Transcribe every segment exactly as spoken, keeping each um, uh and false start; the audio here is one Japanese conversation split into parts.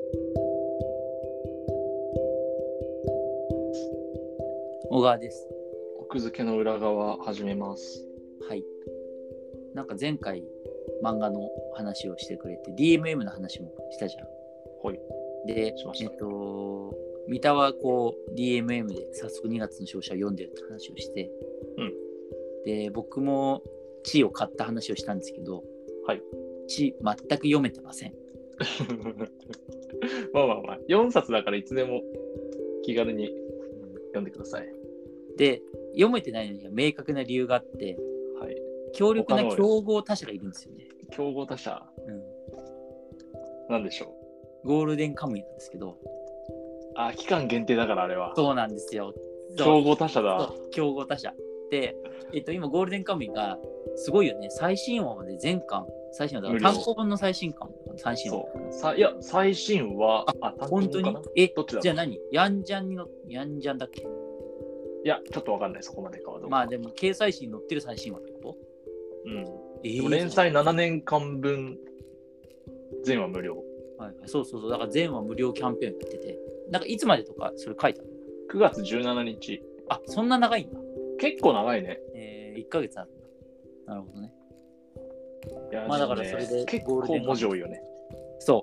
小川です。 奥付けの裏側始めます。 はい。なんか前回漫画の話をしてくれて ディーエムエム の話もしたじゃん。 はい。 で、 しました。 えっと三田はこう ディーエムエム で早速にがつの勝者を読んでるって話をして、 うん。 で、僕も地を買った話をしたんですけど、 はい。 地全く読めてません。 まあまあまあ、よんさつだからいつでも気軽に読んでください。 で、読めてないのには明確な理由があって、 はい。 強力な競合他社がいるんですよね。 競合他社、 うん、 なんでしょう。ゴールデンカムイなんですけど。 あ、期間限定だからあれは。 そうなんですよ。 競合他社だ。 競合他社。で、えっと、今ゴールデンカムイがすごいよね。最新話まで全巻、最新話だから単行本の最新巻、最新話。 そうさいや、最新話、 あ、あ本当にえ、 どっちだじゃあ何ヤンジャンにの、ヤンジャンだっけ？ いや、ちょっとわかんない、そこまでかはどうか。 まあでも、掲載誌に載ってる最新話ってこと？ うん。 えー、 でも連載ななねんかんぶん、全話無料。 はい、そうそうそう。だから全話無料キャンペーンやってて、なんかいつまでとかそれ書いてある？ くがつじゅうしちにち。 あ、そんな長いんだ。 結構長いね。 えー、いっかげつあるんだ。なるほどね。 いや、 まあだからそれで結構文字多いよね。 そう。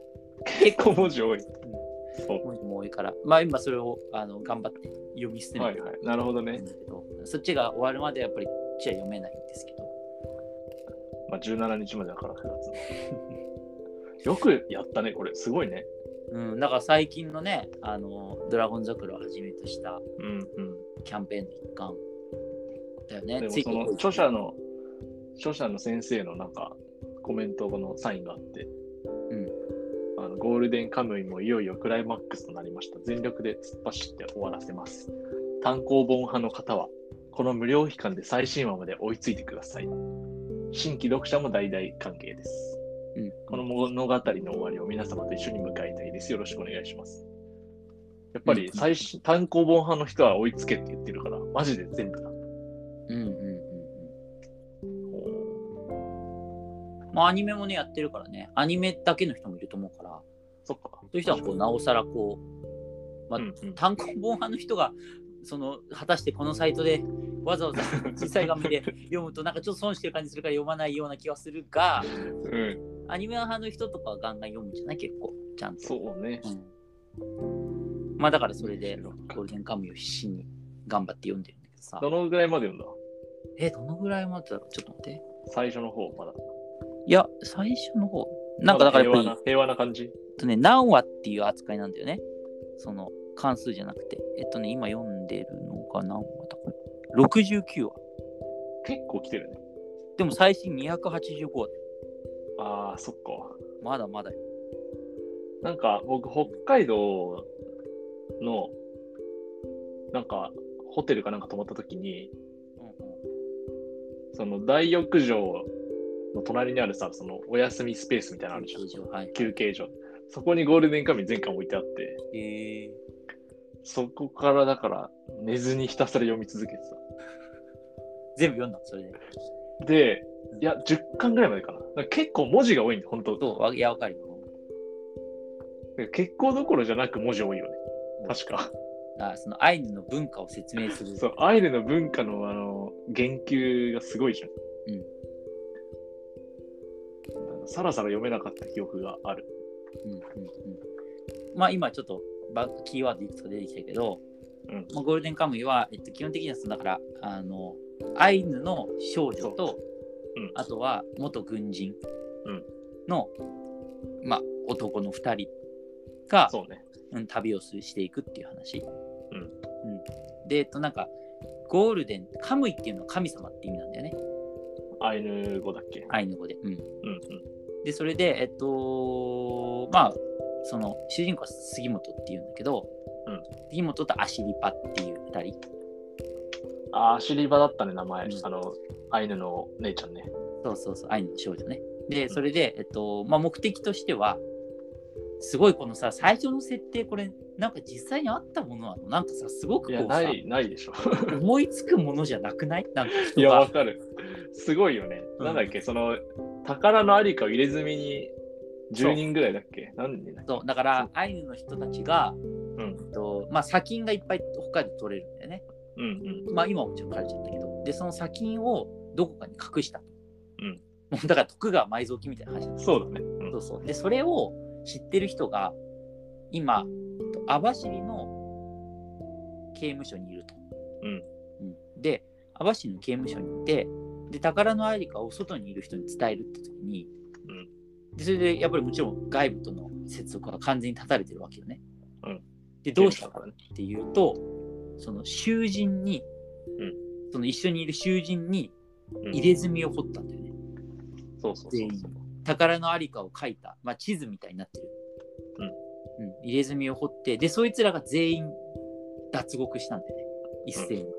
結構文字多い。 そう文字も多いから、まあ今それをあの頑張って読み進めてる、 はいはい、なるほどね。 そっちが終わるまでやっぱりちは読めないんですけど。 まあじゅうしちにちまでだからくがつの。よくやったね、これ。すごいね。 うん、だから最近のね、あのドラゴン桜をはじめとしたキャンペーンの一環だよね。 でもその著者の著者の先生のなんかコメントのサインがあって、 うん、 あのゴールデンカムイもいよいよクライマックスとなりました。全力で突っ走って終わらせます。単行本派の方はこの無料期間で最新話まで追いついてください。新規読者も大々歓迎です。うん、この物語の終わりを皆様と一緒に迎えたいです。よろしくお願いします。やっぱり最新、うん、単行本派の人は追いつけって言ってるから、マジで全部だ。うんうんうんうん。まあアニメもねやってるからね、アニメだけの人もいると思うから、 そっか。 そういう人はこうなおさらこう、まあ、うんうん、単行本派の人がその果たしてこのサイトでわざわざ小さい画面で読むとなんかちょっと損してる感じするから読まないような気はするが、うん、アニメ派の人とかはガンガン読むんじゃない？結構ちゃんと。 そうね。 うん、まあだからそれでゴールデンカムイを必死に頑張って読んでるんだけどさ。 どのぐらいまで読んだ？ え、どのぐらいまでだろう？ちょっと待って。 最初の方まだ。 いや、最初の方。なんかだからやっぱり、 ま、平和な平和な感じ。 とね、何話っていう扱いなんだよね。その関数じゃなくて。えっとね、今読んでるのが何話だこれ。ろくじゅうきゅうわ。 結構来てるね。 でも最新にひゃくはちじゅうごわ。 ああ、そっか。 まだまだよ。 なんか僕、北海道の、なんか、ホテルかなんか泊まった時に、うんうん、その大浴場の隣にあるさ、そのお休みスペースみたいなのあるじゃん。はい、休憩所。そこにゴールデンカムイ全巻置いてあって、 へー、 そこからだから寝ずにひたすら読み続けてた。 全部読んだそれで。 で、いや、じゅっかんぐらいまでかな。か結構文字が多いんで、本当。 そう、いや、わかるよ。 結構どころじゃなく文字多いよね。確か。 あ、そのアイヌの文化を説明する。 そう、アイヌの文化のあの言及がすごいじゃん。うん。さらさら読めなかった記憶がある。 うんうんうん。まあ今ちょっとキーワードいくつか出てきたけど、うんまあ、ゴールデンカムイは、えっと、基本的にはそのだからあのアイヌの少女と、うん、あとは元軍人の、うんまあ、男のふたりがそう、ねうん、旅をしていくっていう話。 うんうん、 で、えっとなんかゴールデンカムイっていうのは神様って意味なんだよね。 アイヌ語だっけ？ アイヌ語で。うん。うんうん、でそれでえっとまあその主人公は杉本っていうんだけど、うん、杉本とアシリパっていうふたり。 あ、アシリパだったね名前、うん、あのアイヌの姉ちゃんね。 そうそうそう、アイヌの少女ね。でそれで、えっとまあ、目的としてはすごいこのさ最初の設定これなんか実際にあったものなの？なんかさすごくこうさいやないないでしょ思いつくものじゃなくない？なんか人がいやわかる、すごいよね、うん、なんだっけその宝のありかを入れ墨にじゅうにんぐらいだっけ？何人だっけ？ そうだからアイヌの人たちが、うんとまあ、砂金がいっぱい北海道取れるんだよね。うんうん、まあ今はもちろん枯れちゃったけど、でその砂金をどこかに隠したと。うん、もうだから徳川埋蔵金みたいな話だった。 そうだね。 うん、そうそう。でそれを知ってる人が今網走の刑務所にいると。うんうん、で網走の刑務所にいて、で宝の在りかを外にいる人に伝えるって時に、うん、でそれでやっぱりもちろん外部との接続が完全に断たれてるわけよね。うん、でどうしたかっていうと、その囚人に、うん、その一緒にいる囚人に入れ墨を彫ったんだよね。 うん、そうそうそうそう。 宝の在りかを書いた、まあ、地図みたいになってる、うんうん、入れ墨を彫って、でそいつらが全員脱獄したんだよね、一斉に。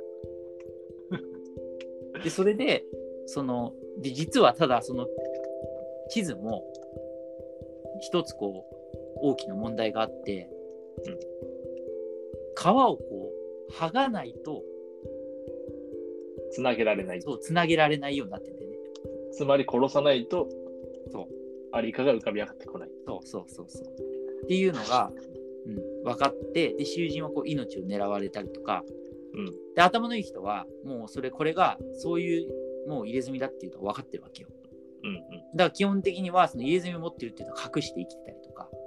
うん、でそれでそので実はただその地図も一つこう大きな問題があって、うん、皮をこう剥がないとつなげられない。 そうつなげられないようになってんだよね。 つまり殺さないとそうアリカが浮かび上がってこない。 そうそうそうそうっていうのが、うん、分かって、で囚人はこう命を狙われたりとか、うん、で頭のいい人はもうそれこれがそういうもう入れ墨だっていうのが分かってるわけよ。うんうん、だから基本的にはその入れ墨を持ってるっていうのを隠して生きてたりとか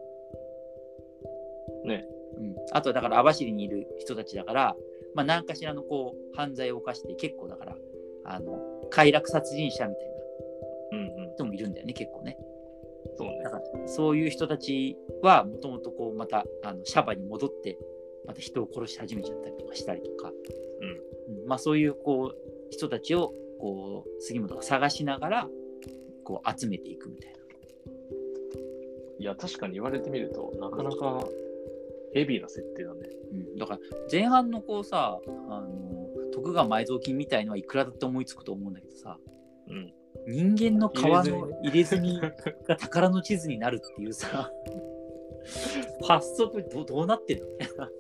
ね、うん、あとはだから網走にいる人たちだから、まあ、何かしらのこう犯罪を犯して結構だからあの快楽殺人者みたいな人もいるんだよね、結構ね。そうね。だからそういう人たちはもともとこうまたあのシャバに戻ってまた人を殺し始めちゃったりとかしたりとか、うんうん、まあそういうこう人たちをこう杉本が探しながらこう集めていくみたいな。 いや確かに言われてみるとなかなかヘビーな設定だね。 うん、だから前半のこうさあの徳川埋蔵金みたいのはいくらだって思いつくと思うんだけどさ、うん、人間の皮の入れ墨が宝の地図になるっていうさ発想と ど, どうなってんの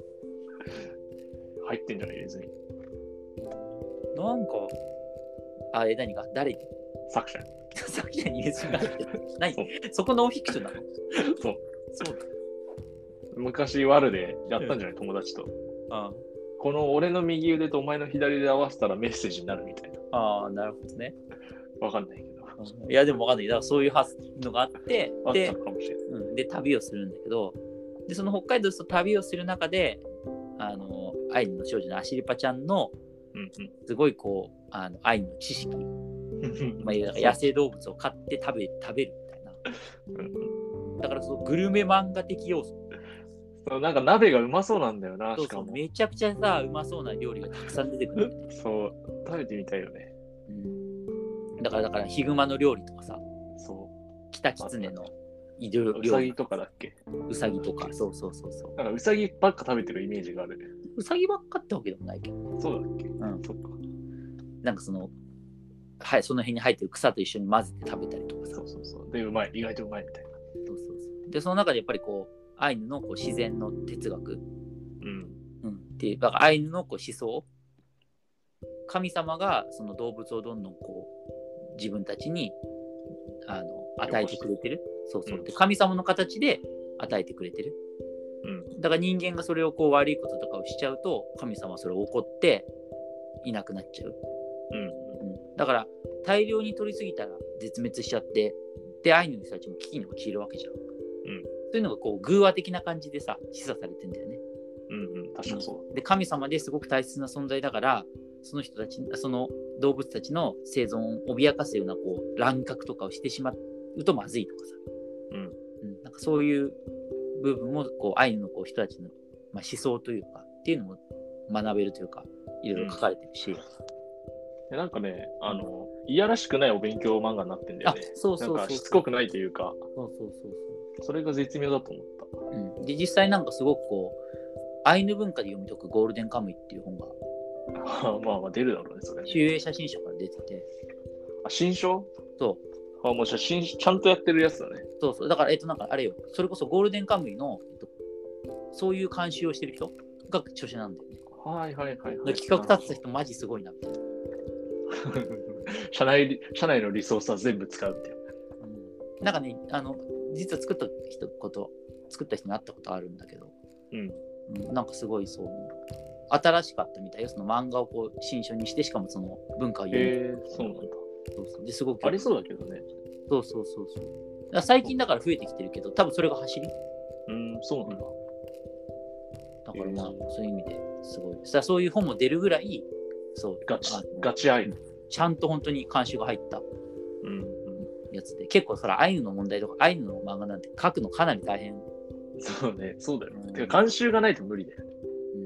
入ってんじゃない入れ墨。 なんかあれ何か誰に作者作者に入れ墨が入ってる何 そ, そこノンフィクションなの。 そうそうだ。昔ワルでやったんじゃない、うん、友達と。ああこの俺の右腕とお前の左腕合わせたらメッセージになるみたいな。 ああなるほどね。 わかんないけど。 いやでもわかんない。だからそういうのがあってあったかもしれない。 うん、で旅をするんだけど、でその北海道と旅をする中であのアイヌの少女のアシリパちゃんの、うんうん、すごいこうあのアイヌの知識まあ野生動物を飼って食べ食べるみたいな。だからそのグルメ漫画的要素。 そうなんか鍋がうまそうなんだよな。 そうそうしかもめちゃくちゃさうまそうな料理がたくさん出てくる、 ね。そう食べてみたいよね。 うん、だからだからヒグマの料理とかさ、 そうキタキツネのいろいろうさぎとかだっけ。 うさぎとかそうそうそうそう。 なんかうさぎばっか食べてるイメージがあるね。 うさぎばっかってわけでもないけど。 そうだっけ。 うん。 そっか。 なんかそのはいその辺に入ってる草と一緒に混ぜて食べたりとかさ。 そうそうそうでうまい意外とうまいみたいな。 そうそうそうでその中でやっぱりこうアイヌのこう自然の哲学、うんうん、でだからアイヌのこう思想、神様がその動物をどんどんこう自分たちにあの与えてくれてる、そうそう、うん、で神様の形で与えてくれてる、うん、だから人間がそれをこう悪いこととかをしちゃうと神様はそれを怒っていなくなっちゃう、うんうん、だから大量に取りすぎたら絶滅しちゃってでアイヌの人たちも危機に陥るわけじゃん。うんそういうのがこう偶話的な感じでさ示唆されてんだよね。 うんうん確かにそう。 で神様ですごく大切な存在だからその人たちその動物たちの生存を脅かすようなこう乱獲とかをしてしまうとまずいとかさ、うんうん、なんかそういう部分もこうアイヌのこう人たちの、まあ、思想というかっていうのも学べるというかいろいろ書かれてるし、 うん、なんかねあのいやらしくないお勉強漫画になってんだよね。 そうそうそうそうなんかしつこくないというかそうそうそうそうそれが絶妙だと思った、 うん、で実際なんかすごくこうアイヌ文化で読み解くゴールデンカムイっていう本がまあまあ出るだろうねそれね。 集英写真書から出ててあ新書そうあもう写真ちゃんとやってるやつだね。 そうそうだからえっとなんかあれよそれこそゴールデンカムイの、えっと、そういう監修をしてる人が著者なんだよね。 はいはいはい、はい、 企画立てた人マジすごいなみたいな社内社内のリソースは全部使うみたいな、 うん、なんかねあの実は作った人こと作った人に会ったことあるんだけど、 うんうん、なんかすごいそう新しかったみたいよ。その漫画をこう新書にして、しかもその文化を読んでへえー、そうなんだ。 そうそうですごくありそうだけどね。 そうそうそうそう。だから最近だから増えてきてるけど、多分それが走り。 うん、そうなんだ。 だからまあ、そういう意味ですごい。さそういう本も出るぐらい、そうガチガチアイヌ。 ちゃんと本当に監修が入ったうんやつで、結構そらアイヌの問題とかアイヌの漫画なんて書くのかなり大変。 そうね、そうだよ。うん、てか監修がないと無理だよね。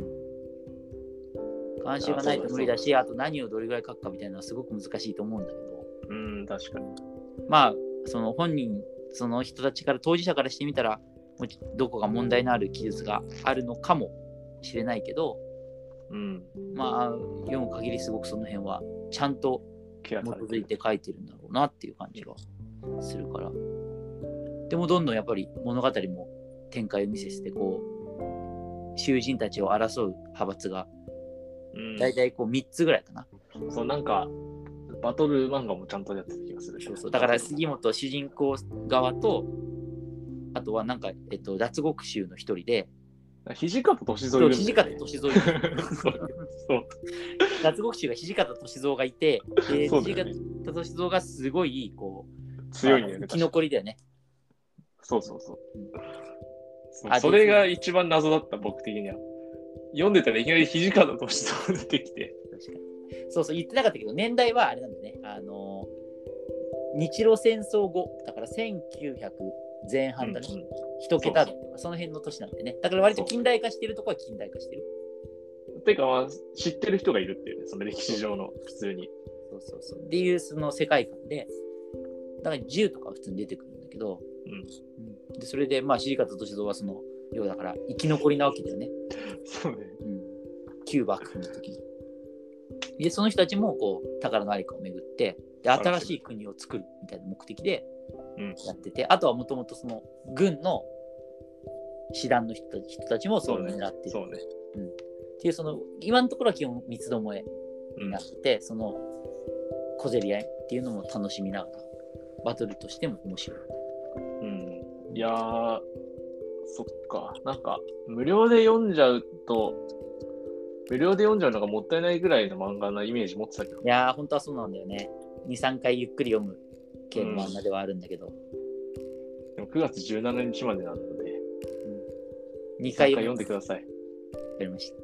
うん。監修がないと無理だし、あと何をどれぐらい書くかみたいなのはすごく難しいと思うんだけど。 うん、確かに。 まあ、その本人、その人たちから、当事者からしてみたら、どこが問題のある記述があるのかもしれないけど、 うん、 まあ読む限りすごくその辺はちゃんと基づいて書いてるんだろうなっていう感じがするから、でもどんどんやっぱり物語も展開を見せて、こう囚人たちを争う派閥がだいたいこうみっつぐらいかな、 うん、そうなんかバトル漫画もちゃんとやってた気がする。 そうそう、だから杉本主人公側と、あとはなんか、えっと、脱獄囚の一人で、 土方歳三いるんだよね。 土方歳三いる。そう脱獄囚が土方歳三がいて、で、土方歳三がすごいこう強いんだよね。 生き残りだよね。 そうそうそう。うん、それが一番謎だった、僕的には。読んでたらいきなり土方歳三出てきて。確かに。 そうそう、言ってなかったけど、年代はあれなんだね。あの、日露戦争後、だからせんきゅうひゃくぜん半だね。うんうん、一桁とかその辺の年なんでね。だから割と近代化してるとこは近代化してる。 てか、まあ、知ってる人がいるっていうね、その歴史上の普通に。 そうそうそう。っていうその世界観で、だから銃とかは普通に出てくるんだけど、うんうん、でそれで、まあ、土方歳三はその、要だから生き残りなわけだよね。 そうね。 うん。旧幕府の時に。で、その人たちもこう宝の在りかを巡って、で新しい国を作るみたいな目的でやってて、うん、あとはもともとその軍の師団の人た ち, 人たちもそう狙ってる。 そうね。 うん。っていうその今のところは基本三つどもえになって、うん、その小競り合いっていうのも楽しみながらバトルとしても面白い。 うん。いやー、そっか。なんか無料で読んじゃうと無料で読んじゃうのがもったいないぐらいの漫画なイメージ持ってたけど。 いやー、本当はそうなんだよね。に、さんかいゆっくり読む系の漫画ではあるんだけど。うん、 でもくがつじゅうしちにちまでなので、 うん、にかい読んでください。 わかりました。